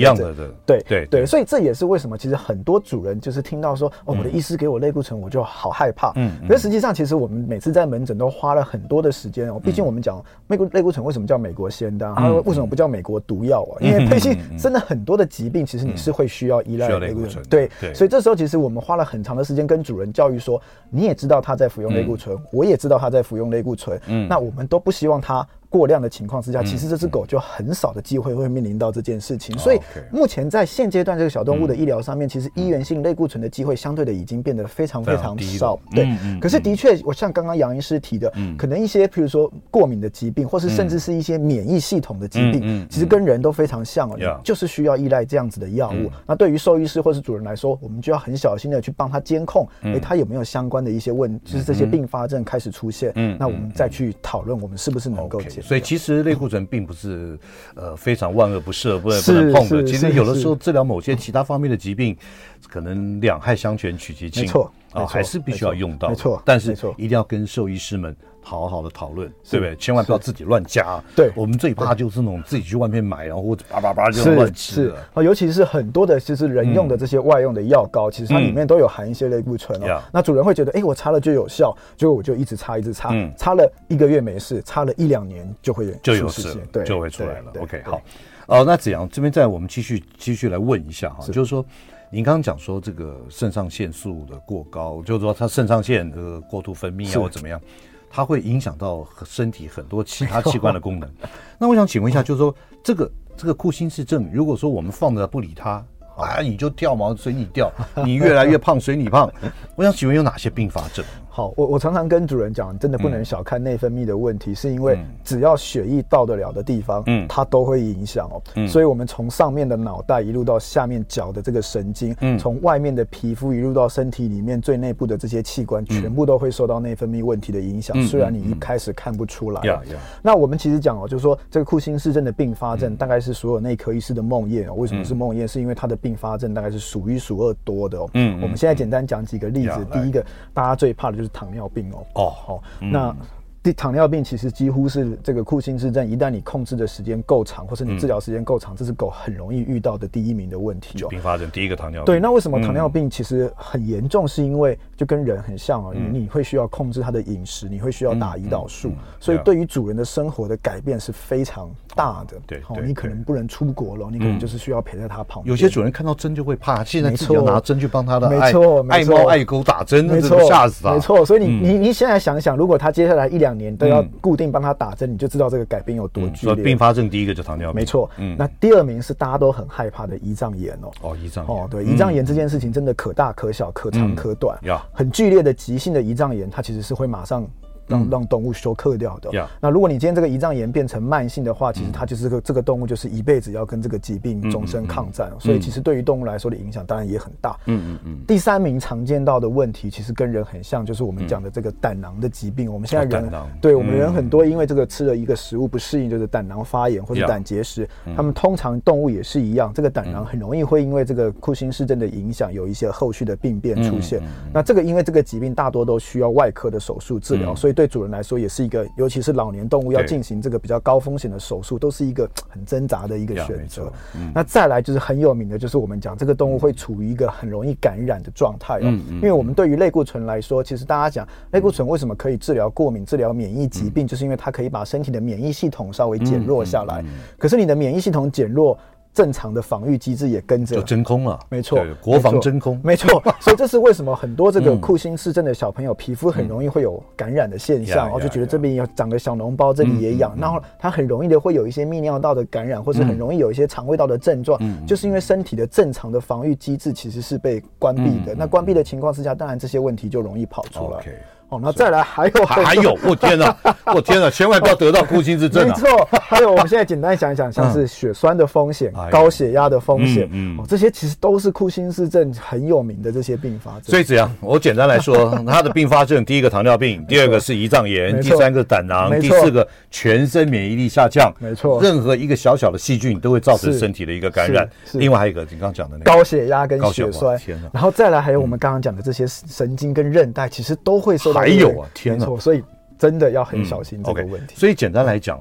Speaker 3: 对，所以这也是为什么其实很多主人就是听到说我的医师给我类固醇，我就好害怕。可是实际上其实我们每次在门诊都花了很多的时间毕竟我们讲类固醇为什么叫美国仙丹，它为什么不叫美国毒药因为配系真的很多的疾病，其实你是会需要依赖类固醇。对，所以这时候其实我们花了很长的时间跟主人教育说，你也知道他在服用类固醇，我也知道他在服用类固醇，那我们都不希望他过量的情况之下，其实这只狗就很少的机会会面临到这件事情。所以目前在现阶段这个小动物的医疗上面，其实医源性类固醇的机会相对的已经变得非常非常少。对，可是的确，我像刚刚杨医师提的，可能一些譬如说过敏的疾病，或是甚至是一些免疫系统的疾病，其实跟人都非常像就是需要依赖这样子的药物。那对于兽医师或是主人来说，我们就要很小心的去帮他监控，他有没有相关的一些就是这些并发症开始出现，那我们再去讨论我们是不是能够解决。
Speaker 2: 所以其实类固醇并不是非常万恶不赦不能碰的。其实有的时候治疗某些其他方面的疾病，可能两害相权取其轻，
Speaker 3: 没错
Speaker 2: 还是必须要用到。
Speaker 3: 没错，
Speaker 2: 但是一定要跟兽医师们好好的讨论，对不对？千万不要自己乱加。对，我们最怕就是那种自己去外面买，然后或者叭就乱吃了。
Speaker 3: 尤其是很多的就是人用的这些外用的药膏，其实它里面都有含一些类固醇那主人会觉得，我擦了就有效，结果我就一直擦，擦了1个月没事，擦了1-2年就有事，
Speaker 2: 对，就会出来了。OK， 好，那子扬这边再我们继续来问一下哈，就是说。您刚刚讲说这个肾上腺素的过高，就是说它肾上腺过度分泌或怎么样，它会影响到身体很多其他器官的功能。那我想请问一下，就是说这个库欣氏症，如果说我们放着不理它，你就掉毛随你掉，你越来越胖随你胖，我想请问有哪些并发症？
Speaker 3: 好，我常常跟主人讲，真的不能小看内分泌的问题，是因为只要血液到得了的地方，它都会影响所以我们从上面的脑袋一路到下面脚的这个神经，从外面的皮肤一路到身体里面最内部的这些器官，全部都会受到内分泌问题的影响。虽然你一开始看不出来。那我们其实讲就是说这个库欣氏症的并发症，大概是所有内科医师的梦魇为什么是梦魇？是因为它的并发症大概是数1数2多的我们现在简单讲几个例子。第一个，大家最怕的就是糖尿病那糖尿病其实几乎是这个库欣氏症，一旦你控制的时间够长，或是你治疗时间够长，这是狗很容易遇到的第1名的问题
Speaker 2: 并发症第一个糖尿病。
Speaker 3: 对，那为什么糖尿病其实很严重？是因为就跟人很像你会需要控制它的饮食，你会需要打胰岛素，所以对于主人的生活的改变是非常大的。
Speaker 2: 对，
Speaker 3: 你可能不能出国了，你可能就是需要陪在他旁边。
Speaker 2: 有些主人看到针就会怕，现在自己要拿针去帮他的
Speaker 3: 爱
Speaker 2: 猫爱狗打针，
Speaker 3: 没错，
Speaker 2: 吓死他。
Speaker 3: 没错，所以你现在想想，如果他接下来1-2年都要固定帮他打针，你就知道这个改变有多剧烈。
Speaker 2: 并发症第一个就糖尿病，
Speaker 3: 没错。那第2名是大家都很害怕的胰脏炎
Speaker 2: 胰脏炎
Speaker 3: 对，胰脏炎这件事情真的可大可小，可长可短。很剧烈的急性的胰脏炎，它其实是会马上让动物休克掉的。那如果你今天这个胰脏炎变成慢性的话，其实它就是这个动物就是一辈子要跟这个疾病终身抗战。所以其实对于动物来说的影响当然也很大。第3名常见到的问题其实跟人很像，就是我们讲的这个胆囊的疾病。我们现在人对我们人很多因为这个吃了一个食物不适应，就是胆囊发炎或者胆结石。他们通常动物也是一样，这个胆囊很容易会因为这个库欣氏症的影响有一些后续的病变出现。那这个因为这个疾病大多都需要外科的手术治疗，所以对主人来说也是一个，尤其是老年动物要进行这个比较高风险的手术，都是一个很挣扎的一个选择。那再来就是很有名的，就是我们讲这个动物会处于一个很容易感染的状态因为我们对于类固醇来说，其实大家讲类固醇为什么可以治疗过敏、治疗免疫疾病，就是因为它可以把身体的免疫系统稍微减弱下来。可是你的免疫系统减弱，正常的防御机制也跟着
Speaker 2: 就真空了。
Speaker 3: 没错，
Speaker 2: 国防真空。
Speaker 3: 没错，所以这是为什么很多这个库欣氏症的小朋友皮肤很容易会有感染的现象，然后就觉得这边有长个小脓包，这里也痒，然后他很容易的会有一些泌尿道的感染，或是很容易有一些肠胃道的症状，就是因为身体的正常的防御机制其实是被关闭的。那关闭的情况之下，当然这些问题就容易跑出来。那再来还有，
Speaker 2: 我天哪，千万不要得到库欣氏症。
Speaker 3: 没错，还有我们现在简单想一想，像是血栓的风险、高血压的风险，这些其实都是库欣氏症很有名的这些并发症。
Speaker 2: 所以这样，我简单来说，它的并发症，第一个糖尿病，第2个是胰脏炎，第3个胆囊，第4个全身免疫力下降。
Speaker 3: 没错，
Speaker 2: 任何一个小小的细菌都会造成身体的一个感染。另外还有一个你刚刚讲的那个
Speaker 3: 高血压跟血栓，然后再来还有我们刚刚讲的这些神经跟韧带，其实都会受到。
Speaker 2: 还有天哪！
Speaker 3: 所以真的要很小心这个问题。
Speaker 2: 所以简单来讲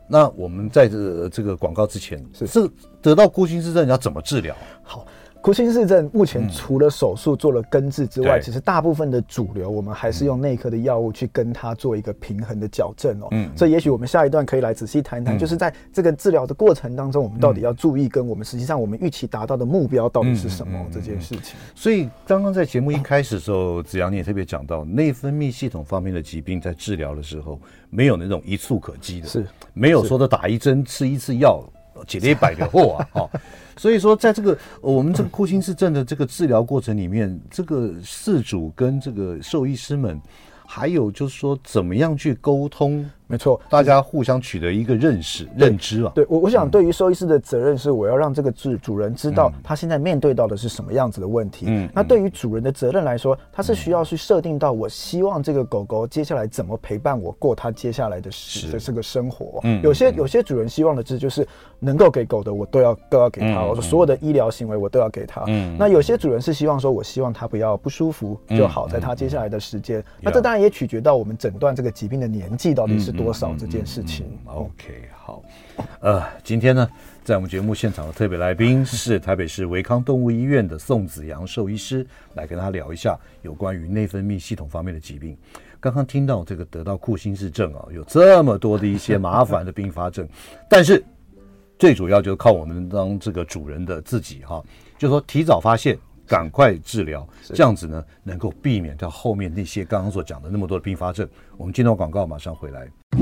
Speaker 2: 那我们在这个广告之前，是得到库欣氏症要怎么治疗？
Speaker 3: 好。库欣氏症目前除了手术做了根治之外，其实大部分的主流我们还是用内科的药物去跟它做一个平衡的矫正哦。所以也许我们下一段可以来仔细谈谈，就是在这个治疗的过程当中，我们到底要注意跟我们实际上我们预期达到的目标到底是什么这件事情。
Speaker 2: 所以刚刚在节目一开始的时候，子扬你也特别讲到内分泌系统方面的疾病，在治疗的时候没有那种一触可及的，
Speaker 3: 是
Speaker 2: 没有说的打一针吃一次药解了100个祸啊！所以说，在这个我们这个库欣氏症的这个治疗过程里面，这个饲主跟这个兽医师们，还有就是说怎么样去沟通。
Speaker 3: 没错，
Speaker 2: 大家互相取得一个认知啊。
Speaker 3: 对，我想对于兽医师的责任是，我要让这个主人知道他现在面对到的是什么样子的问题。那对于主人的责任来说，他是需要去设定到我希望这个狗狗接下来怎么陪伴我过它接下来的这个生活。有些主人希望的就是能够给狗的我都要给他，我说所有的医疗行为我都要给他。那有些主人是希望说我希望他不要不舒服就好，在他接下来的时间。那这当然也取决到我们诊断这个疾病的年纪到底是多少这件事情。
Speaker 2: OK， 好，今天呢，在我们节目现场的特别来宾是台北市维康动物医院的宋子扬兽医师，来跟他聊一下有关于内分泌系统方面的疾病。刚刚听到这个得到库欣氏症有这么多的一些麻烦的并发症，但是最主要就是靠我们当这个主人的自己就是说提早发现。赶快治疗，这样子呢，能够避免掉后面那些刚刚所讲的那么多的并发症。我们进到广告，马上回来。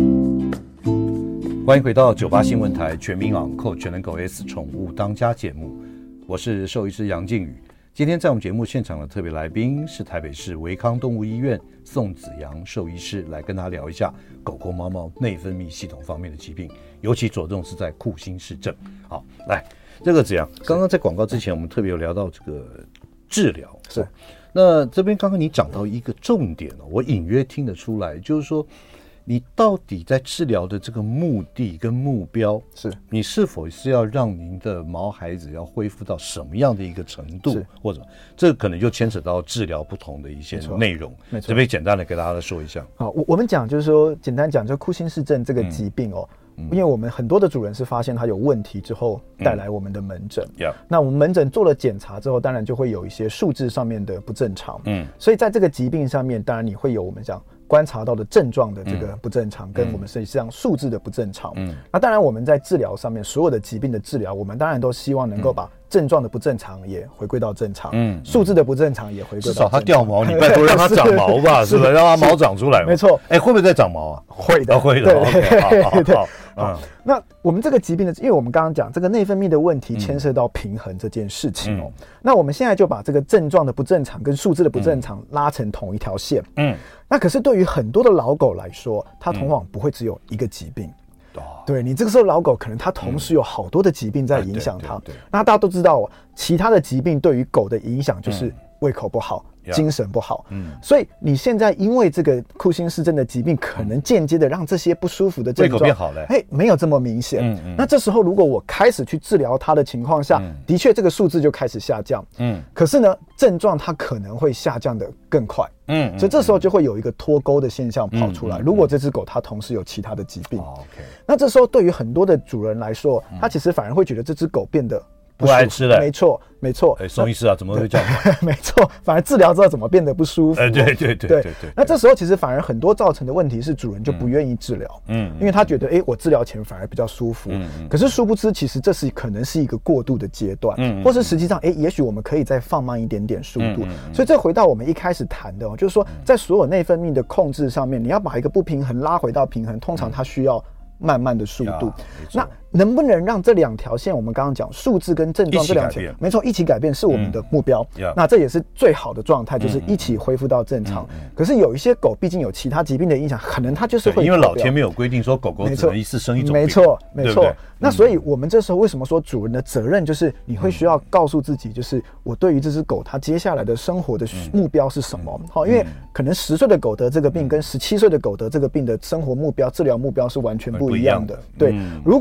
Speaker 2: 欢迎回到98新闻台全民昂扣全能狗 S 宠物当家节目，我是兽医师杨靖宇。今天在我们节目现场的特别来宾是台北市维康动物医院宋子扬兽医师，来跟他聊一下狗狗、猫猫内分泌系统方面的疾病，尤其着重是在库欣氏症。好，来。这个怎样？刚刚在广告之前，我们特别有聊到这个治疗。
Speaker 3: 是，
Speaker 2: 那这边刚刚你讲到一个重点我隐约听得出来，就是说，你到底在治疗的这个目的跟目标，
Speaker 3: 是
Speaker 2: 你是否是要让您的毛孩子要恢复到什么样的一个程度，或者这可能就牵扯到治疗不同的一些内容。这边简单的给大家说一下。
Speaker 3: 好，我们讲就是说，简单讲，就库欣氏症这个疾病因为我们很多的主人是发现它有问题之后带来我们的门诊，那我们门诊做了检查之后，当然就会有一些数字上面的不正常，所以在这个疾病上面，当然你会有我们讲观察到的症状的这个不正常，跟我们实际上数字的不正常。那当然我们在治疗上面，所有的疾病的治疗，我们当然都希望能够把症状的不正常也回归到正常，数字的不正常也回归到正常。至
Speaker 2: 少它掉毛，你拜托让它长毛吧，是不是？让它毛长出来。
Speaker 3: 没错。
Speaker 2: 会不会再长毛啊？
Speaker 3: 会的，
Speaker 2: 会的。
Speaker 3: 对。好，那我们这个疾病的，因为我们刚刚讲这个内分泌的问题牵涉到平衡这件事情那我们现在就把这个症状的不正常跟数字的不正常拉成同一条线。那可是对于很多的老狗来说，它往往不会只有一个疾病。对，你这个时候老狗可能它同时有好多的疾病在影响它。那大家都知道其他的疾病对于狗的影响就是胃口不好。精神不好，所以你现在因为这个库欣氏症的疾病，可能间接的让这些不舒服的症状
Speaker 2: 胃口变好了，
Speaker 3: 没有这么明显。那这时候如果我开始去治疗它的情况下，的确这个数字就开始下降。可是呢，症状它可能会下降的更快。所以这时候就会有一个脱钩的现象跑出来。如果这只狗它同时有其他的疾病，那这时候对于很多的主人来说，他其实反而会觉得这只狗变得
Speaker 2: 不爱吃了。
Speaker 3: 没错。
Speaker 2: 宋医师怎么会这样？
Speaker 3: 没错，反而治疗之后怎么变得不舒服？
Speaker 2: 对。
Speaker 3: 那这时候其实反而很多造成的问题是主人就不愿意治疗，因为他觉得我治疗前反而比较舒服，可是殊不知其实这是可能是一个过渡的阶段，或是实际上也许我们可以再放慢一点点速度。所以这回到我们一开始谈的就是说，在所有内分泌的控制上面，你要把一个不平衡拉回到平衡，通常它需要慢慢的速度。那能不能让这两条线，我们刚刚讲数字跟症状这两条，没错，一起改变是我们的目标。那这也是最好的状态，就是一起恢复到正常。可是有一些狗毕竟有其他疾病的影响，可能它就是会，
Speaker 2: 因为老天没有规定说狗狗只能一次生一种病。
Speaker 3: 没错。那所以我们这时候为什么说主人的责任就是你会需要告诉自己，就是我对于这只狗它接下来的生活的目标是什么？因为可能10岁的狗得这个病跟17岁的狗得这个病的生活目标、治疗目标是完全不一样的。对，如果说我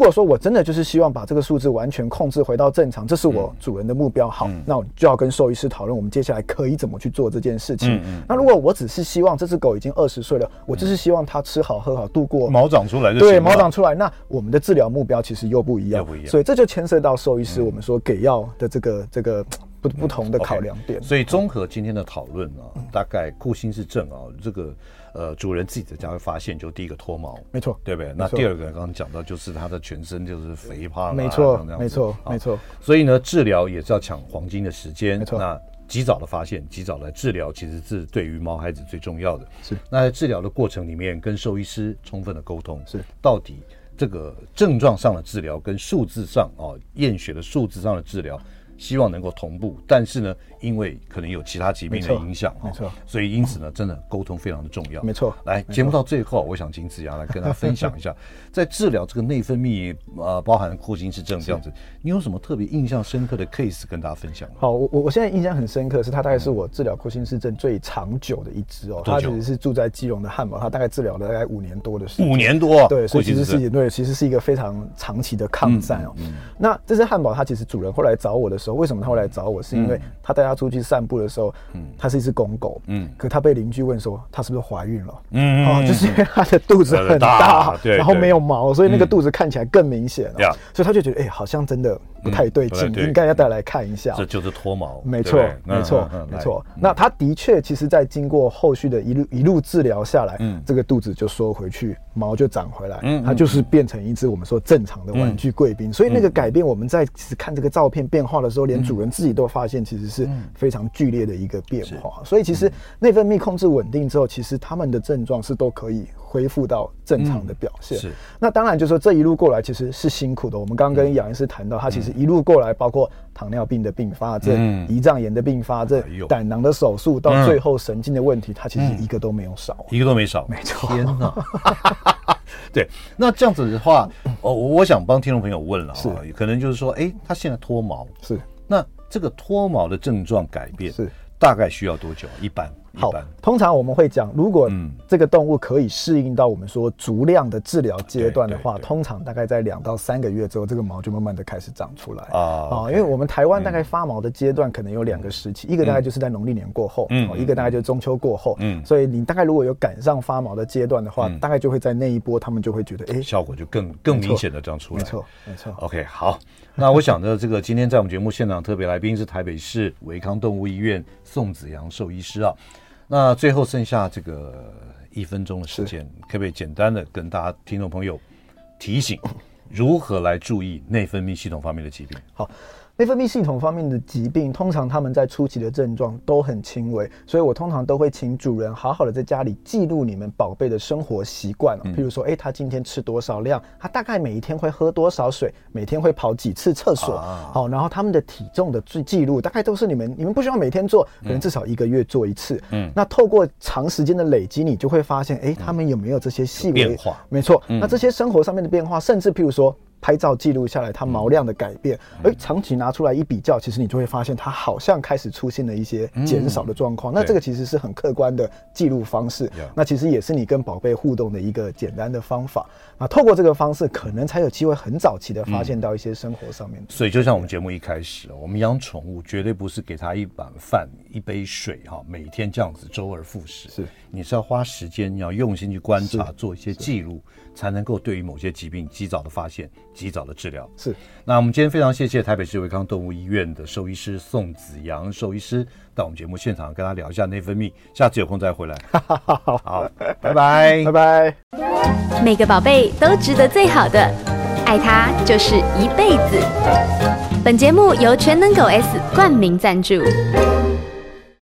Speaker 3: 真的就是希望把这个数字完全控制回到正常，这是我主人的目标。好，那我就要跟兽医师讨论我们接下来可以怎么去做这件事情。那如果我只是希望这只狗已经20岁了，我就是希望它吃好喝好度过
Speaker 2: 毛长出来就行了，
Speaker 3: 对，毛长出来，那我们的治疗目标其实又不一样，所以这就牵涉到兽医师我们说给药的这个不同的考量点。
Speaker 2: 所以综合今天的讨论大概库欣氏症这个主人自己在家会发现，就第一个脱毛，
Speaker 3: 没错，
Speaker 2: 对不对？那第二个刚刚讲到就是他的全身就是肥胖，
Speaker 3: 没错，没错，没错。
Speaker 2: 所以呢，治疗也是要抢黄金的时间，没错。那及早的发现，及早的治疗，其实是对于毛孩子最重要的。
Speaker 3: 是。
Speaker 2: 那在治疗的过程里面，跟兽医师充分的沟通，
Speaker 3: 是
Speaker 2: 到底这个症状上的治疗跟数字上验血的数字上的治疗，希望能够同步，但是呢，因为可能有其他疾病的影响，
Speaker 3: 没错，
Speaker 2: 所以因此呢，真的沟通非常的重要，
Speaker 3: 没错。
Speaker 2: 来，节目到最后，我想请子扬来跟大家分享一下，在治疗这个内分泌包含库欣氏症这样子，你有什么特别印象深刻的 case 跟大家分享吗？
Speaker 3: 好，我现在印象很深刻，是它大概是我治疗库欣氏症最长久的一只它其实是住在基隆的汉堡，它大概治疗了大概5年多的时间。
Speaker 2: 5年多，
Speaker 3: 对，所以其实是一个非常长期的抗战那这只汉堡，它其实主人后来找我的时候，为什么他会来找我？是因为他带它出去散步的时候，它是一只公狗，可他被邻居问说它是不是怀孕了？就是因为它的肚子很大，然后没有毛，所以那个肚子看起来更明显所以他就觉得好像真的不太对劲，应该要带来看一下。
Speaker 2: 这就是脱毛，
Speaker 3: 没错，没错，没错。那他的确，其实在经过后续的一路治疗下来，这个肚子就缩回去，毛就长回来，它就是变成一只我们说正常的玩具贵宾。所以那个改变，我们在看这个照片变化的时候，连主人自己都发现，其实是非常剧烈的一个变化。所以其实内分泌控制稳定之后，其实他们的症状是都可以恢复到正常的表现。
Speaker 2: 是。
Speaker 3: 那当然就是说这一路过来其实是辛苦的。我们刚刚跟杨医师谈到，他其实一路过来，包括糖尿病的并发症、胰脏炎的并发症、胆囊的手术，到最后神经的问题，他其实一个都没有少，
Speaker 2: 一个都没少。
Speaker 3: 没错。
Speaker 2: 天哪！对，那这样子的话，我想帮听众朋友问了，可能就是说，他现在脱毛，
Speaker 3: 是
Speaker 2: 那这个脱毛的症状改变
Speaker 3: 是
Speaker 2: 大概需要多久？一般
Speaker 3: 通常我们会讲，如果这个动物可以适应到我们说足量的治疗阶段的话，通常大概在2到3个月之后，这个毛就慢慢的开始长出来因为我们台湾大概发毛的阶段可能有2个时期，一个大概就是在农历年过后，一个大概就是中秋过后，所以你大概如果有赶上发毛的阶段的话，大概就会在那一波，他们就会觉得
Speaker 2: 效果就更明显的这样出来。
Speaker 3: 没错，没错。
Speaker 2: OK， 好，那我想呢，这个今天在我们节目现场特别来宾是台北市维康动物医院宋子扬兽医师那最后剩下这个1分钟的时间，可不可以简单的跟大家听众朋友提醒如何来注意内分泌系统方面的疾病？
Speaker 3: 好。内分泌系统方面的疾病，通常他们在初期的症状都很轻微，所以我通常都会请主人好好的在家里记录你们宝贝的生活习惯譬如说，他今天吃多少量，他大概每一天会喝多少水，每天会跑几次厕所，好，然后他们的体重的记录，大概都是你们不需要每天做，可能至少1个月做1次。那透过长时间的累积，你就会发现，他们有没有这些细微
Speaker 2: 变化？
Speaker 3: 没错，那这些生活上面的变化，甚至譬如说，拍照记录下来它毛量的改变，长期拿出来一比较，其实你就会发现它好像开始出现了一些减少的状况。那这个其实是很客观的记录方式，那其实也是你跟宝贝互动的一个简单的方法。那透过这个方式，可能才有机会很早期的发现到一些生活上面的。
Speaker 2: 所以就像我们节目一开始，我们养宠物绝对不是给它一碗饭、一杯水每天这样子周而复始。
Speaker 3: 是，
Speaker 2: 你是要花时间，要用心去观察，做一些记录，才能够对于某些疾病及早的发现。及早的治疗
Speaker 3: 是。
Speaker 2: 那我们今天非常谢谢台北市维康动物医院的兽医师宋子扬兽医师到我们节目现场跟他聊一下内分泌，下次有空再回来。好，拜拜，
Speaker 3: 拜拜。
Speaker 1: 每个宝贝都值得最好的，爱他就是一辈子。本节目由全能狗 S 冠名赞助。